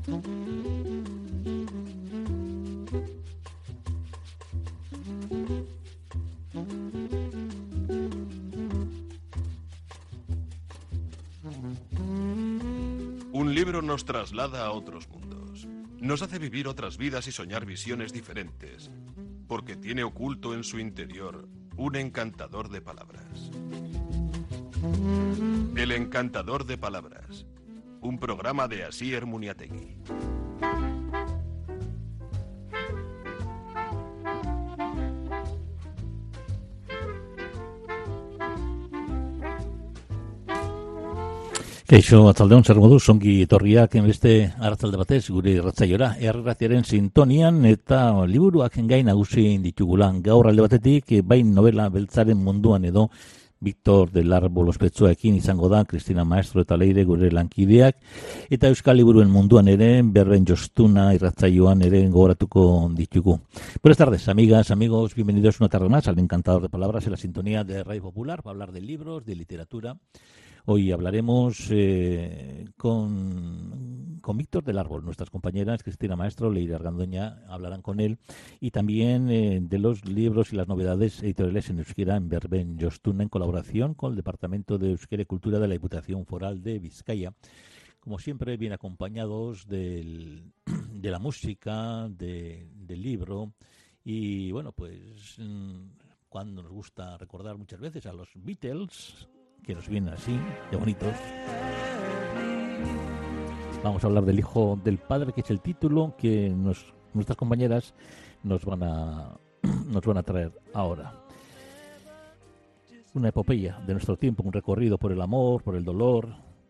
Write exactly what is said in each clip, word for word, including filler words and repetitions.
Un libro nos traslada a otros mundos, nos hace vivir otras vidas y soñar visiones diferentes, porque tiene oculto en su interior un encantador de palabras. El encantador de palabras, un programa de Asier Muniategui. Kaixo, atzaldeon zer moduz, ongi etorriak beste arratzalde batez gure irratzaiora, erratiaren sintonian eta liburuak gai nagusi ditugula. Gaur alde batetik, bain novela beltzaren munduan edo Victor del Árbol ospetsuekin izango da Cristina Maestro eta Leire gure lankideak, eta Euskal Liburuen munduan ere Berben Jostuna irratzaioan ere gogoratuko ditugu. Buenas tardes, amigas, amigos, bienvenidos una tarde más al Encantador de Palabras en la sintonía de Radio Popular para hablar de libros, de literatura. Hoy hablaremos eh, con, con Víctor del Árbol. Nuestras compañeras Cristina Maestro, Leire Argandoña hablarán con él, y también eh, de los libros y las novedades editoriales en euskera en Berben Jostuna, en colaboración con el Departamento de Euskera y Cultura de la Diputación Foral de Vizcaya. Como siempre, bien acompañados del, de la música, de, del libro, y bueno, pues cuando nos gusta recordar muchas veces a los Beatles, que nos vienen así, de bonitos. Vamos a hablar del hijo del padre, que es el título que nos, nuestras compañeras nos van a nos van a traer ahora. Una epopeya de nuestro tiempo, un recorrido por el amor, por el dolor.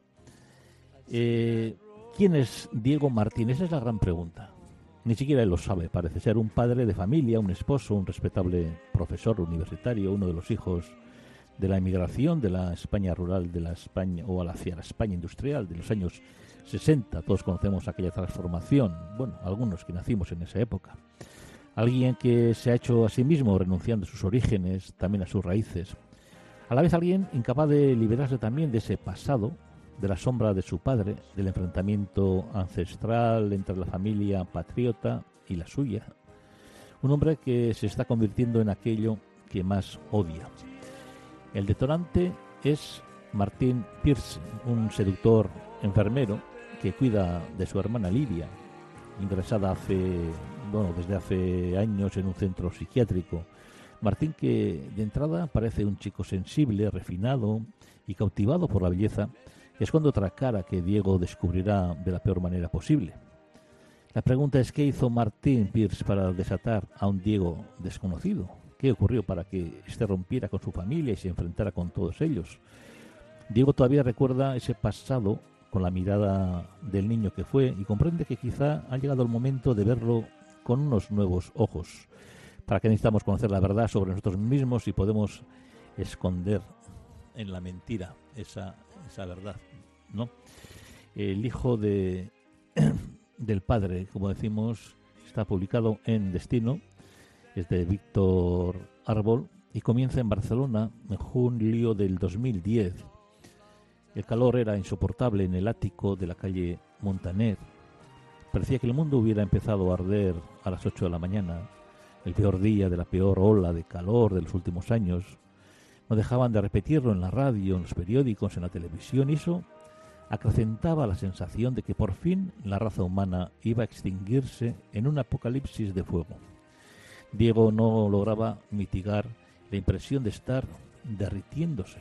Eh, ¿Quién es Diego Martín? Esa es la gran pregunta. Ni siquiera él lo sabe. Parece ser un padre de familia, un esposo, un respetable profesor universitario, uno de los hijos de la emigración de la España rural, de la España o hacia la España industrial de los años sesenta. Todos conocemos aquella transformación, bueno, algunos que nacimos en esa época. Alguien que se ha hecho a sí mismo renunciando a sus orígenes, también a sus raíces. A la vez alguien incapaz de liberarse también de ese pasado, de la sombra de su padre, del enfrentamiento ancestral entre la familia patriota y la suya. Un hombre que se está convirtiendo en aquello que más odia. El detonante es Martín Pearson, un seductor enfermero que cuida de su hermana Lidia, ingresada hace, bueno, desde hace años en un centro psiquiátrico. Martín, que de entrada parece un chico sensible, refinado y cautivado por la belleza, esconde otra cara que Diego descubrirá de la peor manera posible. La pregunta es: ¿qué hizo Martín Pearson para desatar a un Diego desconocido? ¿Qué ocurrió para que éste rompiera con su familia y se enfrentara con todos ellos? Diego todavía recuerda ese pasado con la mirada del niño que fue y comprende que quizá ha llegado el momento de verlo con unos nuevos ojos. ¿Para qué necesitamos conocer la verdad sobre nosotros mismos si podemos esconder en la mentira esa, esa verdad, ¿no? El hijo de, del padre, como decimos, está publicado en Destino. Es de Víctor Árbol y comienza en Barcelona en julio del dos mil diez. El calor era insoportable en el ático de la calle Montaner. Parecía que el mundo hubiera empezado a arder a las ocho de la mañana. El peor día de la peor ola de calor de los últimos años. No dejaban de repetirlo en la radio, en los periódicos, en la televisión, y eso acrecentaba la sensación de que por fin la raza humana iba a extinguirse en un apocalipsis de fuego. Diego no lograba mitigar la impresión de estar derritiéndose,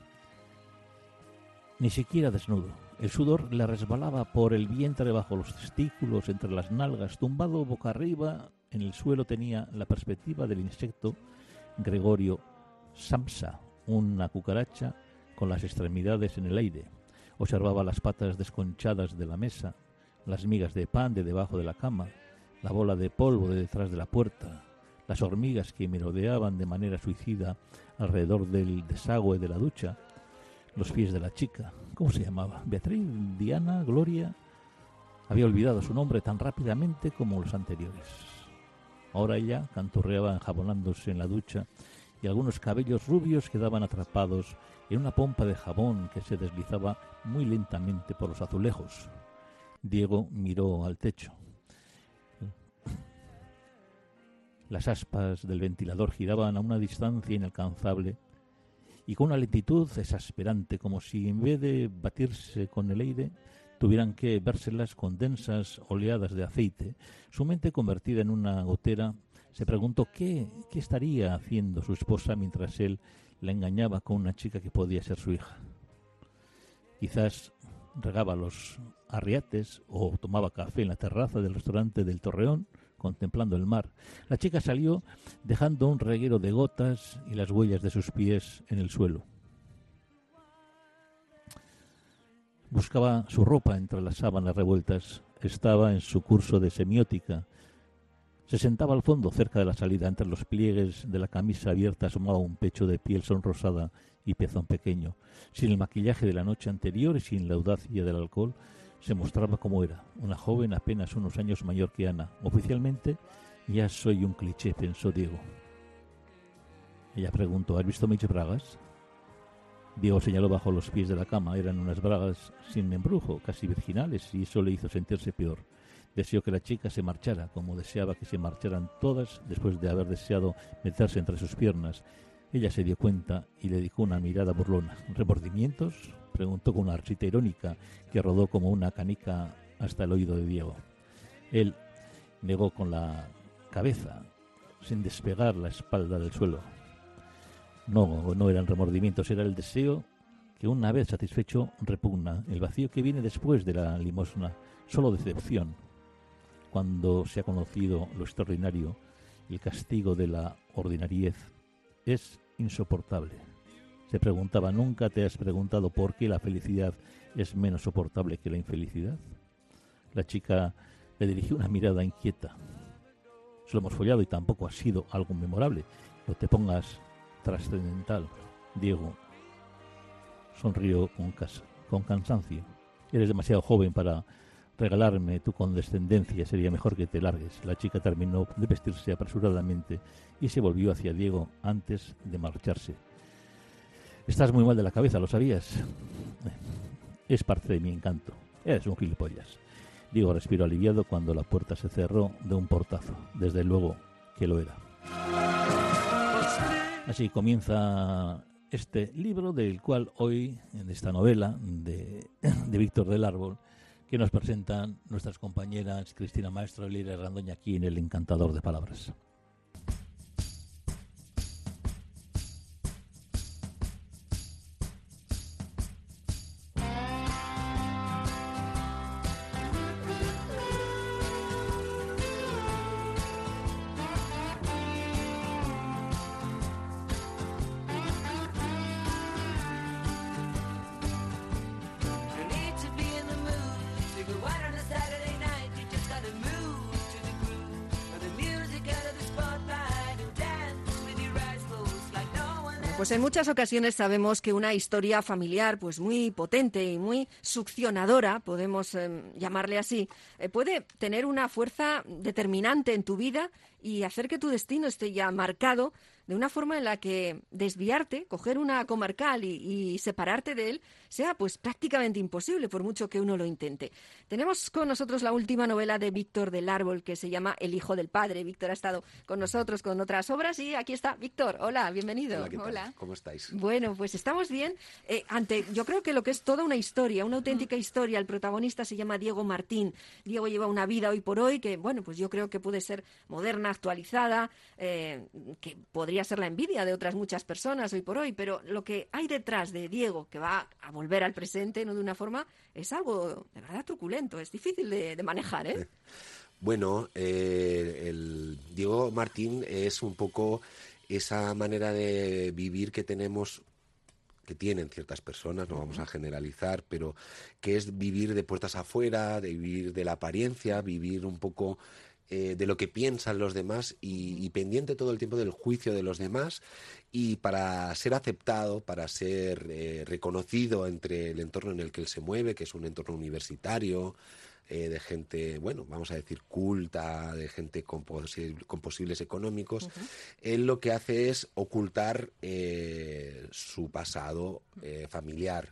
ni siquiera desnudo. El sudor le resbalaba por el vientre, bajo los testículos, entre las nalgas. Tumbado boca arriba en el suelo tenía la perspectiva del insecto Gregorio Samsa, una cucaracha con las extremidades en el aire. Observaba las patas desconchadas de la mesa, las migas de pan de debajo de la cama, la bola de polvo de detrás de la puerta, las hormigas que merodeaban de manera suicida alrededor del desagüe de la ducha, los pies de la chica. ¿Cómo se llamaba? Beatriz, Diana, Gloria. Había olvidado su nombre tan rápidamente como los anteriores. Ahora ella canturreaba enjabonándose en la ducha y algunos cabellos rubios quedaban atrapados en una pompa de jabón que se deslizaba muy lentamente por los azulejos. Diego miró al techo. Las aspas del ventilador giraban a una distancia inalcanzable y con una lentitud exasperante, como si en vez de batirse con el aire tuvieran que vérselas con densas oleadas de aceite. Su mente, convertida en una gotera, se preguntó qué, qué estaría haciendo su esposa mientras él la engañaba con una chica que podía ser su hija. Quizás regaba los arriates o tomaba café en la terraza del restaurante del Torreón, contemplando el mar. La chica salió dejando un reguero de gotas y las huellas de sus pies en el suelo. Buscaba su ropa entre las sábanas revueltas. Estaba en su curso de semiótica. Se sentaba al fondo, cerca de la salida. Entre los pliegues de la camisa abierta asomaba un pecho de piel sonrosada y pezón pequeño. Sin el maquillaje de la noche anterior y sin la audacia del alcohol, se mostraba como era, una joven apenas unos años mayor que Ana. Oficialmente, ya soy un cliché, pensó Diego. Ella preguntó, ¿has visto mis bragas? Diego señaló bajo los pies de la cama. Eran unas bragas sin embrujo, casi virginales, y eso le hizo sentirse peor. Deseó que la chica se marchara, como deseaba que se marcharan todas después de haber deseado meterse entre sus piernas. Ella se dio cuenta y le dedicó una mirada burlona. ¿Remordimientos?, preguntó con una risita irónica que rodó como una canica hasta el oído de Diego. Él negó con la cabeza, sin despegar la espalda del suelo. No, no eran remordimientos, era el deseo que una vez satisfecho repugna, el vacío que viene después de la limosna, solo decepción. Cuando se ha conocido lo extraordinario, el castigo de la ordinariez es insoportable. Se preguntaba, ¿nunca te has preguntado por qué la felicidad es menos soportable que la infelicidad? La chica le dirigió una mirada inquieta. Se lo hemos follado y tampoco ha sido algo memorable. No te pongas trascendental. Diego sonrió con, cas- con cansancio. Eres demasiado joven para regalarme tu condescendencia. Sería mejor que te largues. La chica terminó de vestirse apresuradamente y se volvió hacia Diego antes de marcharse. Estás muy mal de la cabeza, ¿lo sabías? Es parte de mi encanto. Eres un gilipollas. Diego respiró aliviado cuando la puerta se cerró de un portazo. Desde luego que lo era. Así comienza este libro, del cual hoy, en esta novela de, de Víctor del Árbol, que nos presentan nuestras compañeras Cristina Maestro y Lidia Randoña aquí en El Encantador de Palabras. Pues en muchas ocasiones sabemos que una historia familiar pues muy potente y muy succionadora, podemos eh, llamarle así, eh, puede tener una fuerza determinante en tu vida y hacer que tu destino esté ya marcado de una forma en la que desviarte, coger una comarcal y, y separarte de él, sea pues prácticamente imposible, por mucho que uno lo intente. Tenemos con nosotros la última novela de Víctor del Árbol, que se llama El hijo del padre. Víctor ha estado con nosotros con otras obras y aquí está Víctor. Hola, bienvenido. Hola, ¿qué tal? Hola. ¿Cómo estáis? Bueno, pues estamos bien. Eh, ante, yo creo que lo que es toda una historia, una auténtica historia. El protagonista se llama Diego Martín. Diego lleva una vida hoy por hoy que, bueno, pues yo creo que puede ser moderna, actualizada, eh, que podría ser la envidia de otras muchas personas hoy por hoy, pero lo que hay detrás de Diego, que va a volver al presente, no de una forma, es algo de verdad truculento, es difícil de, de manejar, ¿eh? Bueno, eh, el Diego Martín es un poco esa manera de vivir que tenemos, que tienen ciertas personas, no vamos a generalizar, pero que es vivir de puertas afuera, de vivir de la apariencia, vivir un poco eh, de lo que piensan los demás y, y pendiente todo el tiempo del juicio de los demás, y para ser aceptado, para ser eh, reconocido entre el entorno en el que él se mueve, que es un entorno universitario, Eh, de gente, bueno, vamos a decir culta, de gente con, posi- con posibles económicos. Uh-huh. Él lo que hace es ocultar eh, su pasado eh, familiar,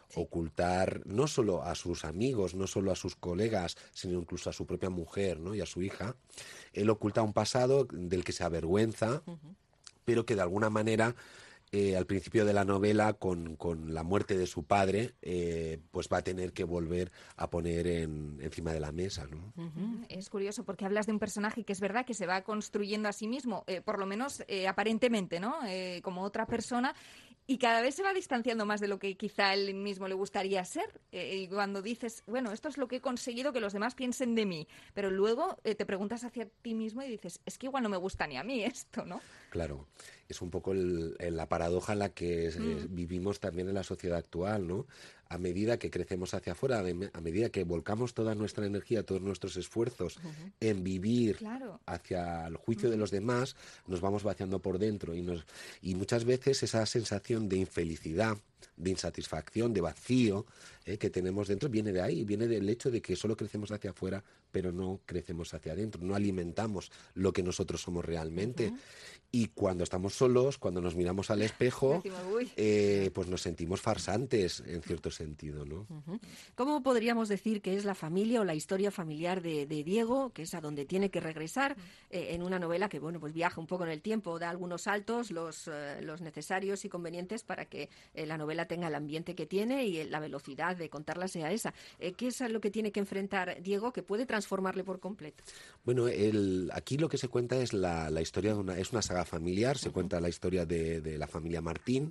Sí. Ocultar no solo a sus amigos, no solo a sus colegas, sino incluso a su propia mujer, ¿no? Y a su hija. Él oculta un pasado del que se avergüenza, uh-huh. pero que de alguna manera... Eh, al principio de la novela, con, con la muerte de su padre, eh, pues va a tener que volver a poner en, encima de la mesa, ¿no? Uh-huh. Es curioso porque hablas de un personaje que es verdad que se va construyendo a sí mismo, eh, por lo menos eh, aparentemente, ¿no? Eh, como otra persona, y cada vez se va distanciando más de lo que quizá él mismo le gustaría ser. Eh, y cuando dices, bueno, esto es lo que he conseguido que los demás piensen de mí, pero luego eh, te preguntas hacia ti mismo y dices, es que igual no me gusta ni a mí esto, ¿no? Claro, es un poco el, el, la paradoja en la que mm. eh, vivimos también en la sociedad actual, ¿no? A medida que crecemos hacia afuera, a medida que volcamos toda nuestra energía, todos nuestros esfuerzos uh-huh. en vivir claro. hacia el juicio uh-huh. de los demás, nos vamos vaciando por dentro y, nos, y muchas veces esa sensación de infelicidad, de insatisfacción, de vacío eh, que tenemos dentro viene de ahí, viene del hecho de que solo crecemos hacia afuera, pero no crecemos hacia adentro, no alimentamos lo que nosotros somos realmente. Uh-huh. Y cuando estamos solos, cuando nos miramos al espejo, eh, pues nos sentimos farsantes, en cierto sentido, ¿no? Uh-huh. ¿Cómo podríamos decir que es la familia o la historia familiar de, de Diego, que es a donde tiene que regresar, eh, en una novela que, bueno, pues viaja un poco en el tiempo, da algunos saltos, los, eh, los necesarios y convenientes para que eh, la novela tenga el ambiente que tiene y la velocidad de contarla sea esa? Eh, ¿Qué es lo que tiene que enfrentar Diego que puede transformarle por completo? Bueno, el, aquí lo que se cuenta es la, la historia de una, es una saga familiar, se uh-huh. cuenta la historia de, de la familia Martín,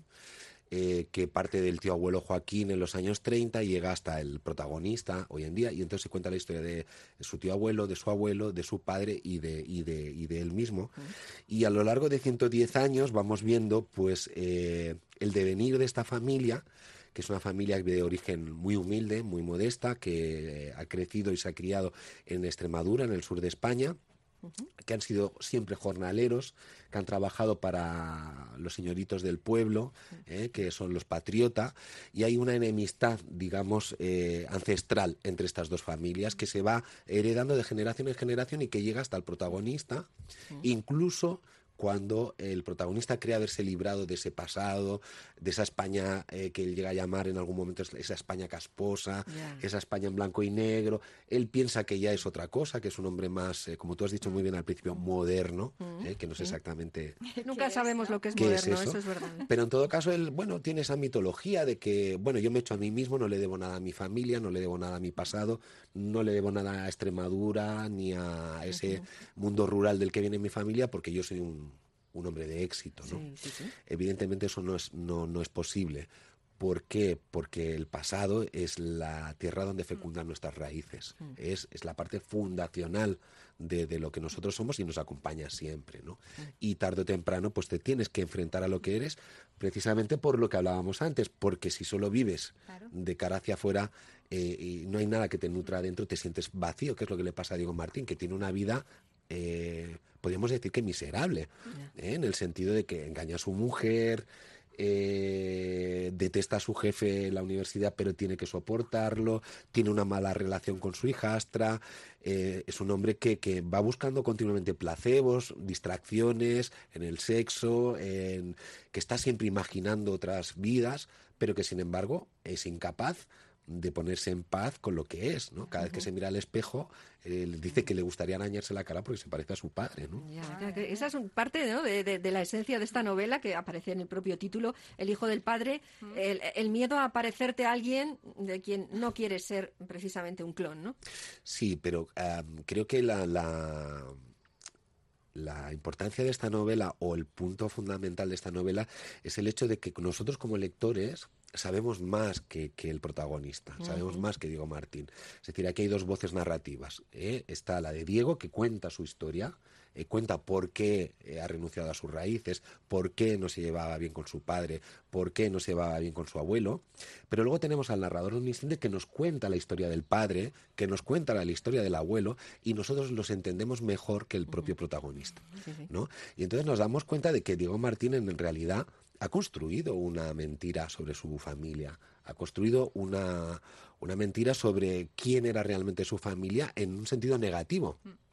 eh, que parte del tío abuelo Joaquín en los años treinta y llega hasta el protagonista hoy en día, y entonces se cuenta la historia de, de su tío abuelo, de su abuelo, de su padre y de, y de, y de él mismo. Uh-huh. Y a lo largo de ciento diez años vamos viendo pues eh, el devenir de esta familia, que es una familia de origen muy humilde, muy modesta, que eh, ha crecido y se ha criado en Extremadura, en el sur de España, uh-huh. que han sido siempre jornaleros, que han trabajado para los señoritos del pueblo, eh, que son los patriota, y hay una enemistad, digamos, eh, ancestral entre estas dos familias que se va heredando de generación en generación y que llega hasta el protagonista, uh-huh. incluso cuando el protagonista cree haberse librado de ese pasado, de esa España eh, que él llega a llamar en algún momento esa España casposa, yeah. esa España en blanco y negro. Él piensa que ya es otra cosa, que es un hombre más, eh, como tú has dicho muy bien al principio, moderno, eh, que no sé exactamente... Nunca sabemos lo que es ¿Qué moderno, es eso? eso es verdad. Pero en todo caso, él, bueno, tiene esa mitología de que, bueno, yo me echo a mí mismo, no le debo nada a mi familia, no le debo nada a mi pasado, no le debo nada a Extremadura, ni a ese uh-huh. mundo rural del que viene mi familia, porque yo soy un... un hombre de éxito, ¿no? Sí, sí, sí. Evidentemente eso no es, no, no es posible. ¿Por qué? Porque el pasado es la tierra donde fecundan mm. nuestras raíces. Mm. Es, es la parte fundacional de, de lo que nosotros somos y nos acompaña siempre, ¿no? Mm. Y tarde o temprano pues te tienes que enfrentar a lo que eres, precisamente por lo que hablábamos antes, porque si solo vives claro. de cara hacia afuera eh, y no hay nada que te nutra adentro, te sientes vacío, que es lo que le pasa a Diego Martín, que tiene una vida... Eh, podríamos decir que miserable, ¿eh? En el sentido de que engaña a su mujer, eh, detesta a su jefe en la universidad pero tiene que soportarlo, tiene una mala relación con su hijastra, eh, es un hombre que, que va buscando continuamente placebos, distracciones en el sexo, en, que está siempre imaginando otras vidas, pero que sin embargo es incapaz de ponerse en paz con lo que es, ¿no? Cada uh-huh. vez que se mira al espejo, eh, dice que le gustaría arañarse la cara porque se parece a su padre, ¿no? Ya, esa es un parte, ¿no? de, de, de la esencia de esta novela que aparece en el propio título, El hijo del padre, uh-huh. el, el miedo a parecerte a alguien de quien no quieres ser precisamente un clon, ¿no? Sí, pero um, creo que la... la... La importancia de esta novela, o el punto fundamental de esta novela, es el hecho de que nosotros como lectores sabemos más que, que el protagonista, uh-huh. sabemos más que Diego Martín. Es decir, aquí hay dos voces narrativas, ¿eh? Está la de Diego, que cuenta su historia, eh, cuenta por qué eh, ha renunciado a sus raíces, por qué no se llevaba bien con su padre, por qué no se llevaba bien con su abuelo. Pero luego tenemos al narrador omnisciente que nos cuenta la historia del padre, que nos cuenta la, la historia del abuelo, y nosotros los entendemos mejor que el propio uh-huh. protagonista, sí, sí. ¿no? Y entonces nos damos cuenta de que Diego Martín en realidad ha construido una mentira sobre su familia, ha construido una, una mentira sobre quién era realmente su familia en un sentido negativo.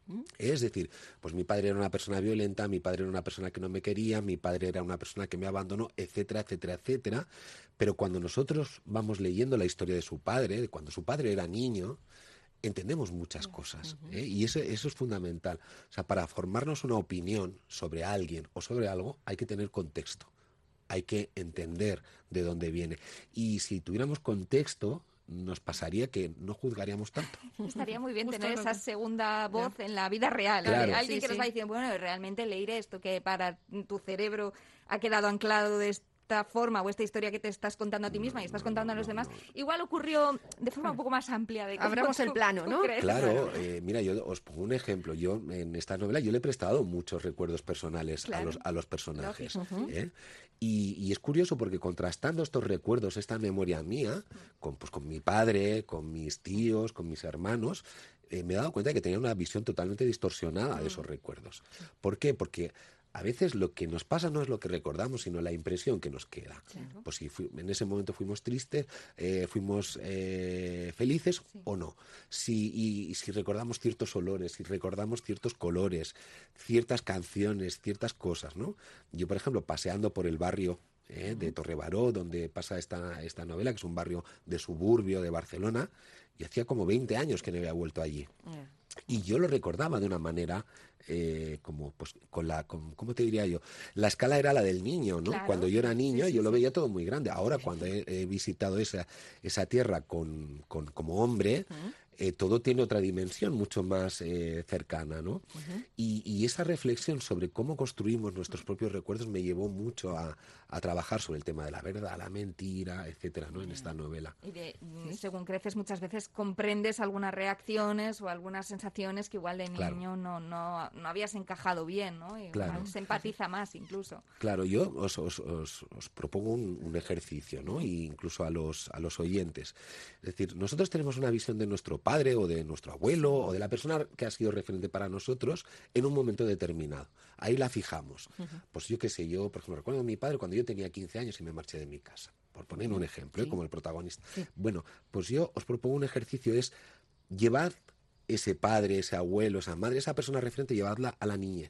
Es decir, pues mi padre era una persona violenta, mi padre era una persona que no me quería, mi padre era una persona que me abandonó, etcétera, etcétera, etcétera. Pero cuando nosotros vamos leyendo la historia de su padre, de cuando su padre era niño, entendemos muchas cosas, ¿eh? Y eso, eso es fundamental. O sea, para formarnos una opinión sobre alguien o sobre algo hay que tener contexto, hay que entender de dónde viene. Y si tuviéramos contexto, nos pasaría que no juzgaríamos tanto. Estaría muy bien Justo tener lo esa que- segunda voz en la vida real. Claro. ¿eh? Alguien Sí, que nos sí. va diciendo, bueno, realmente leeré esto que para tu cerebro ha quedado anclado de esta forma o esta historia que te estás contando a ti misma y estás contando a los demás, igual ocurrió de forma un poco más amplia. De cómo Abramos el tú- plano, tú ¿no? crees. Claro, eh, mira, yo os pongo un ejemplo. Yo en esta novela yo le he prestado muchos recuerdos personales Claro. a los a los personajes. Lógico. ¿eh? Y, y es curioso porque contrastando estos recuerdos, esta memoria mía, con, pues, con mi padre, con mis tíos, con mis hermanos, eh, me he dado cuenta de que tenía una visión totalmente distorsionada de esos recuerdos. ¿Por qué? Porque a veces lo que nos pasa no es lo que recordamos, sino la impresión que nos queda. Claro. Pues si fui- en ese momento fuimos tristes, eh, fuimos eh, felices o no. Si, y, y si recordamos ciertos olores, si recordamos ciertos colores, ciertas canciones, ciertas cosas, ¿no? Yo, por ejemplo, paseando por el barrio eh, de Torrebaró, donde pasa esta, esta novela, que es un barrio de suburbio de Barcelona, y hacía como veinte años que no había vuelto allí. Ya. Y yo lo recordaba de una manera, eh, como, pues, con la, con, ¿cómo te diría yo? La escala era la del niño, ¿no? Claro. Cuando yo era niño, Sí, sí, yo lo sí. veía todo muy grande. Ahora, cuando he, he visitado esa, esa tierra con, con, como hombre, eh, todo tiene otra dimensión mucho más eh, cercana, ¿no? y, y esa reflexión sobre cómo construimos nuestros propios recuerdos me llevó mucho a, a trabajar sobre el tema de la verdad, la mentira, etcétera, ¿no? En esta novela. Y de, mm, según creces, muchas veces comprendes algunas reacciones o algunas sensaciones que igual de Claro. niño no, no, no habías encajado bien, ¿no? Y Claro. igual se empatiza más incluso. Claro, yo os, os, os, os propongo un, un ejercicio, ¿no? E incluso a los, a los oyentes. Es decir, nosotros tenemos una visión de nuestro padre o de nuestro abuelo o de la persona que ha sido referente para nosotros en un momento determinado. Ahí la fijamos. Pues yo qué sé, yo, por ejemplo, recuerdo a mi padre cuando yo tenía quince años y me marché de mi casa. Por poner un ejemplo, ¿eh? Como el protagonista. Bueno, pues yo os propongo un ejercicio, es llevad ese padre, ese abuelo, esa madre, esa persona referente, llevadla a la niñez,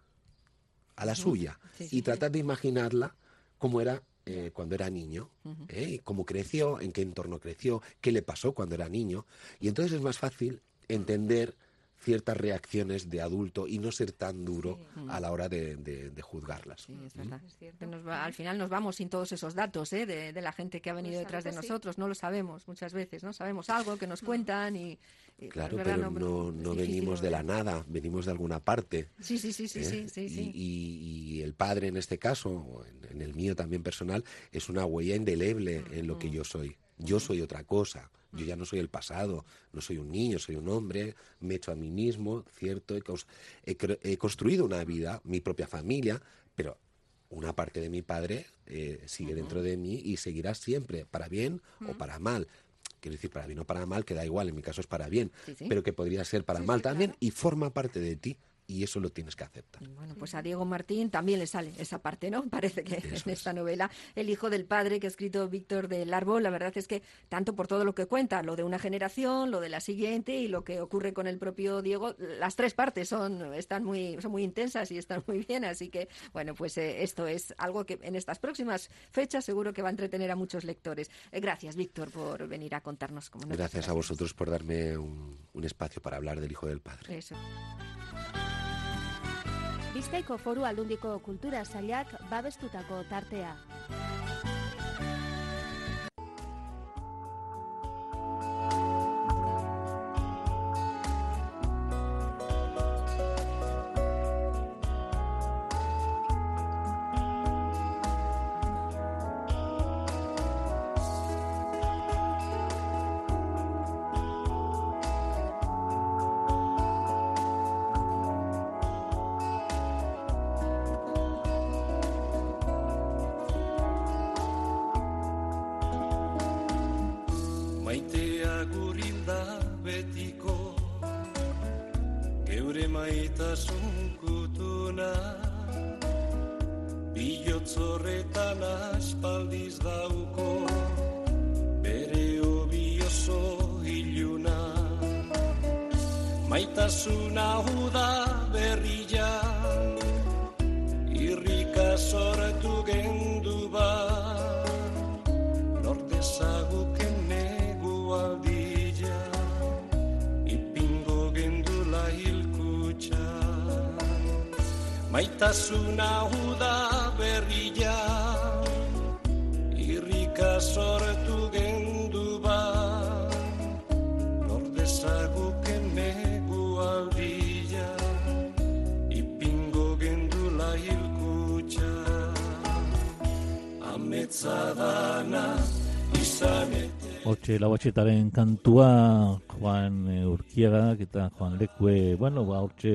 a la suya, Sí, y sí. tratad de imaginarla cómo era eh, cuando era niño, ¿eh? Y cómo creció, en qué entorno creció, qué le pasó cuando era niño. Y entonces es más fácil entender ciertas reacciones de adulto y no ser tan duro a la hora de, de- de juzgarlas. Sí, es verdad. Es cierto. Que nos va- al final nos vamos sin todos esos datos ¿eh? de, de la gente que ha venido Pues a detrás de veces sí. nosotros. No lo sabemos muchas veces, ¿no? Sabemos algo que nos cuentan y... y, Claro, es verdad, pero no, es no difícil, venimos de la nada, venimos de alguna parte. Sí, sí, sí, sí, ¿eh? sí, sí, sí. Y, y- y el padre en este caso, o en, en el mío también personal, es una huella indeleble en lo que yo soy. Yo soy otra cosa, yo ya no soy el pasado, no soy un niño, soy un hombre, me he hecho a mí mismo, cierto, he, cos- he cre- he construido una vida, mi propia familia, pero una parte de mi padre eh, sigue dentro de mí y seguirá siempre, para bien o para mal. Quiero decir, para bien o para mal, que da igual, en mi caso es para bien, Sí, sí. pero que podría ser para Sí, mal sí, también claro. y forma parte de ti y eso lo tienes que aceptar. Bueno, pues a Diego Martín también le sale esa parte, ¿no? Parece que Eso en es. esta novela, El hijo del padre que ha escrito Víctor del Árbol, la verdad es que tanto por todo lo que cuenta, lo de una generación, lo de la siguiente y lo que ocurre con el propio Diego, las tres partes son están muy son muy intensas y están muy bien, así que bueno, pues eh, esto es algo que en estas próximas fechas seguro que va a entretener a muchos lectores. Eh, gracias, Víctor, por venir a contarnos cómo nos Gracias a vosotros por darme un, un espacio para hablar del Hijo del Padre. Eso. Bizkaiko Foru Aldundiko Kultura Sailak babestutako tartea. Maitea gurilda betiko, geure maitasun kutuna, bihotzorretan aspaldiz dauko, bere hobi oso iluna. maitasuna uda berria, irrika sortu gendu bat, nortezaguken negu aldia, ipingo gendula hilkutxa. Maitasuna uda berria, irrika sortu gendu bat, nortezaguken negu aldia, ipingo gendula hilkutxa. Ametzadana izanete. Hortxe lauatxetaren kantua Juan Urkiagak eta Juan Lekue, bueno, ba, hortxe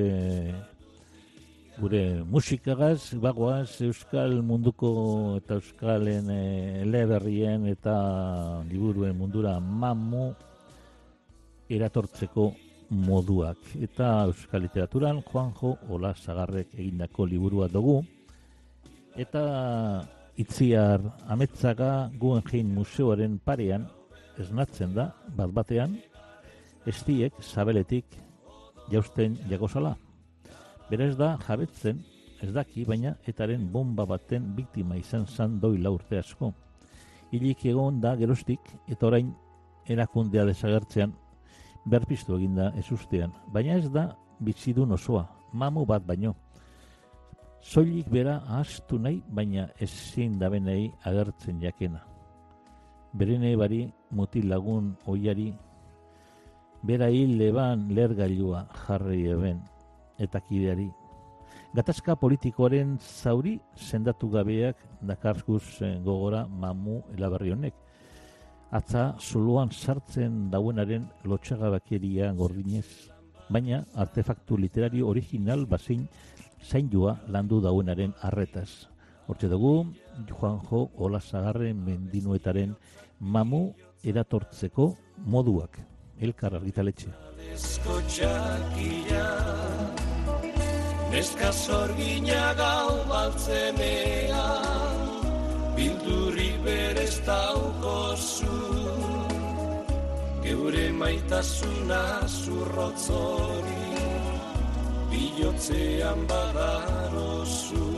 gure musikagaz, bagoaz, euskal munduko eta euskalen e, eleberrien eta liburuen mundura mamu eratortzeko moduak. Eta euskal literaturan Juanjo Olazagarrek egindako liburua dugu. Eta Itziar Ametzaga Guggenheim Museoaren parean esnatzen da, bat batean, estiek zabeletik jausten jagozala. Beraz da jabetzen, ez daki, baina etaren bomba baten biktima izan zan doila urte asko. Hilik egon da geroztik, eta orain erakundea desagertzean, berpiztu eginda ez ustean. Baina ez da bizidun osoa, mamu bat baino. Soilik bera ahaztu nahi, baina ezin dabenei agertzen jakena. Berene bari mutil lagun oiari, bera hil leban lergailua jarri eben, eta kideari. Gatazka politikoaren zauri sendatu gabeak dakarkuz gogora mamu elaberri honek. Atza zuluan sartzen dauenaren lotxagabakeria gordinez, baina artefaktu literario original bazin zaindua landu dauenaren arretaz. Hortxe dugu, Juanjo Olazagarren mendinuetaren mamu eratortzeko moduak. Elkar argitaletxe. Neska zorgina gau baltzenean, bildurri berez daukozu, geure maitasuna zurrotzori, bilotzean badarozu.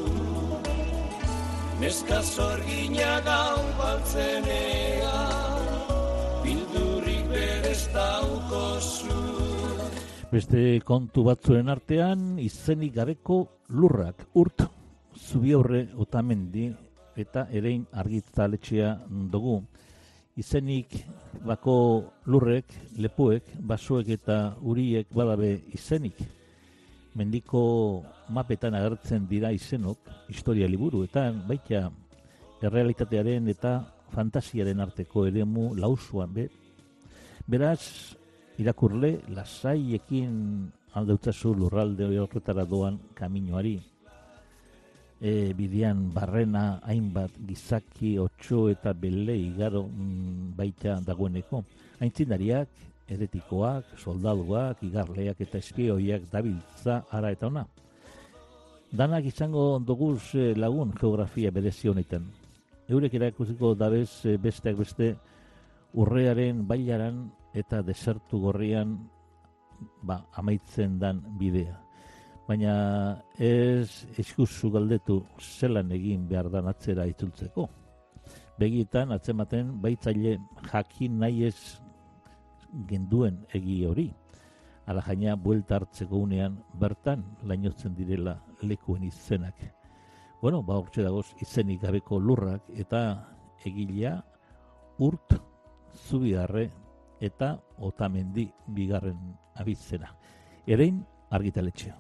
Neska zorgina gau baltzenean, bildurri berez daukozu. Beste kontu batzuen artean, izenik gabeko lurrak, urt, Zubiaurre Otamendi eta erein argitaletxea dugu. Izenik bako lurrek, lepoek, basoek eta uriek badabe izenik. Mendiko mapetan agertzen dira izenok, historia liburuetan, baita errealitatearen eta fantasiaren arteko eremu lausuan be. Beraz, irakurle lasaiekin aldeutzazu lurralde horretara doan kaminoari. E, bidean barrena hainbat gizaki, otxo eta bele igaro mm, baita dagoeneko. Aintzindariak, eretikoak, soldaduak, igarleak eta espioiak dabiltza ara eta ona. Danak izango doguz lagun geografia berezi honetan. Eurek erakusiko dabez besteak beste urrearen bailaran eta desertu gorrian ba, amaitzen dan bidea. Baina ez eskuzu galdetu zelan egin behar dan atzera itzultzeko. Begietan atzematen baitzaile jakin nahi ez genduen egi hori. Ala jaina buelta hartzeko unean bertan lainotzen direla lekuen izenak. Bueno, ba hortxe dagoz izenik gabeko lurrak eta egilea urt Zubiarre eta Otamendi bigarren abizena. Erein argitaletxea.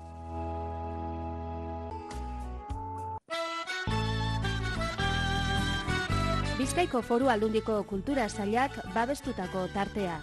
Bizkaiko Foru Aldundiko Kultura Sailak babestutako tartea.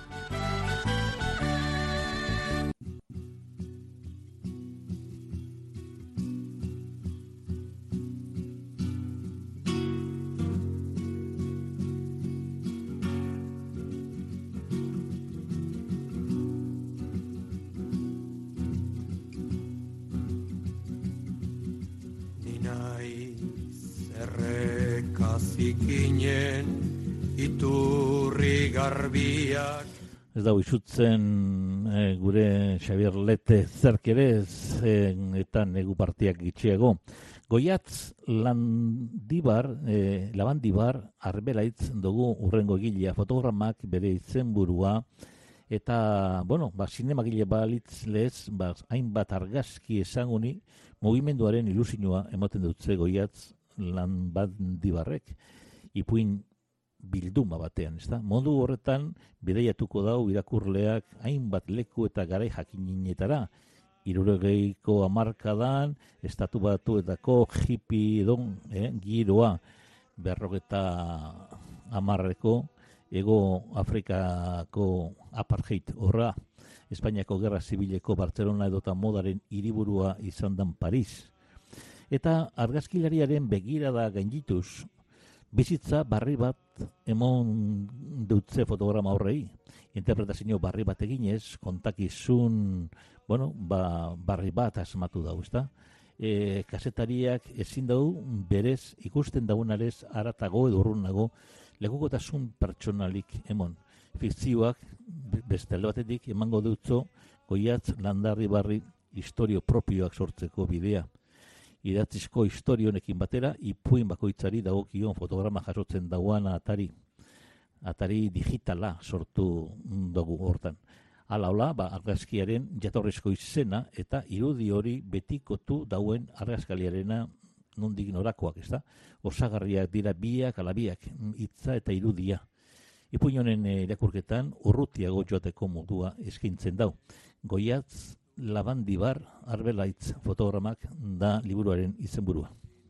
Ez dago izutzen e, gure Xabier Lete zerkerez e, eta negu partiak gitxiago. Goiatz Landibar, e, Labandibar, Arbelaitz dugu urrengo egilea, fotogramak bere izenburua, eta, bueno, ba, zinemagile balitz lez, ba, hainbat argazki esanguni, mugimenduaren ilusioa ematen dutze Goiatz Landibarrek, ipuin bilduma batean, ezta? Modu horretan bidaiatuko dau irakurleak hainbat leku eta garai jakinetara. Hirurogeiko hamarkadan estatu batuetako hippie don eh, giroa berrogeta hamarreko Ego Afrikako apartheid horra, Espainiako Gerra Zibileko Bartzelona edota modaren hiriburua izan dan Paris. Eta argazkilariaren begirada gaindituz, bizitza barri bat emon dutze fotograma horrei. Interpretazio barri bat eginez, kontakizun, bueno, ba, barri bat asmatu dau, ezta? E, kasetariak ezin dau berez ikusten daunarez aratago edo urrunago lekukotasun pertsonalik emon. Fikzioak beste alde batetik emango dutzo Goiatz Landibarri historio propioak sortzeko bidea. Idatzizko historionekin batera, ipuin bakoitzari dagokion fotograma jasotzen dagoan atari. Atari digitala sortu dugu hortan. Hala hola, ba, argazkiaren jatorrizko izena eta irudi hori betikotu dauen argazkaliarena nondik norakoak, ezta? Osagarriak dira biak alabiak, hitza eta irudia. Ipuin honen irakurketan urrutiago joateko modua eskaintzen dau. Goiatz Labandibar, Arbelaitz fotogramak da liburuaren izenburua.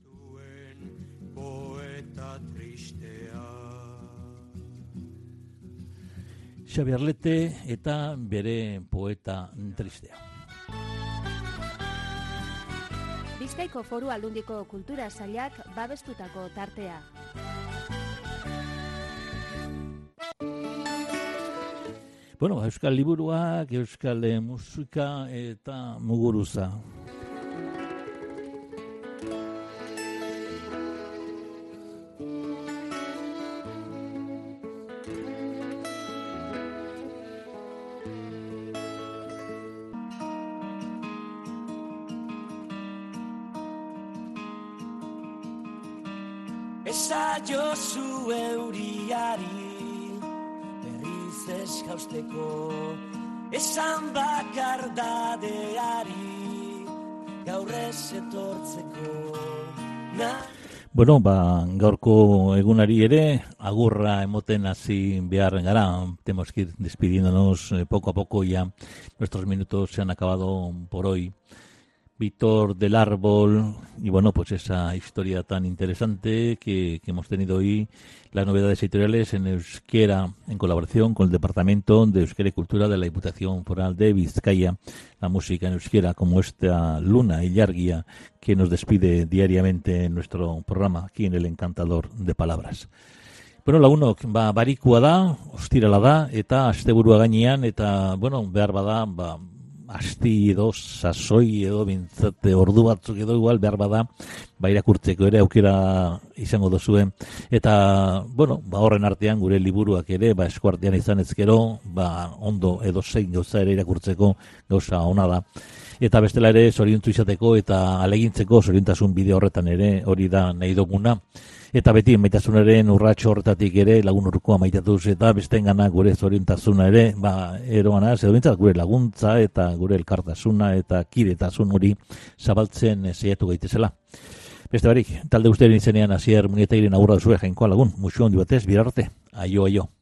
Poeta tristea. Xabier Lete eta bere poeta tristea. Bizkaiko Foru Aldundiko Kultura Sailak babestutako tartea. Bueno, euskal liburuak, euskal musika eta muguruza. Esa Josu euriari ez jausteko, esan bakardadeari gaur ez etortzeko. Na... Bueno, ba, gaurko egunari ere, agurra emoten hasi behar gara. Tenemos que ir despidiéndonos eh, poco a poco ya. Nuestros minutos se han acabado por hoy. Víctor del Árbol, y bueno, pues esa historia tan interesante que, que hemos tenido hoy, las novedades editoriales en euskera, en colaboración con el Departamento de Euskera y Cultura de la Diputación Foral de Vizcaya, la música en euskera, como esta Luna Ilargia, que nos despide diariamente en nuestro programa, aquí en El Encantador de Palabras. Bueno, lagunok, ba, barikua da, ostirala da, eta asteburua gainean, eta, bueno, behar bada, ba, asti edo, sasoi edo, bintzate, ordu batzuk edo igual, behar bada, ba, irakurtzeko ere aukera izango dozuen. Eta, bueno, ba, horren artean gure liburuak ere, ba, eskuartean izan ezkero, ba, ondo edo zein gauza ere irakurtzeko gauza ona da. Eta bestela ere, zoriontzu izateko eta alegintzeko zoriontasun bideo horretan ere, hori da nahi duguna. Eta beti maitasunaren urratxo horretatik ere lagun urkoa maitatuz eta bestengana gure zoriontasuna ere, ba, eroanaz, edo bintzat gure laguntza eta gure elkartasuna eta kidetasun hori zabaltzen zeiatu gaitezela. Beste barik, talde usteren izenean Asier Muñetairen agurra duzue jainkoa lagun, musu handi batez, birarte, aio, aio.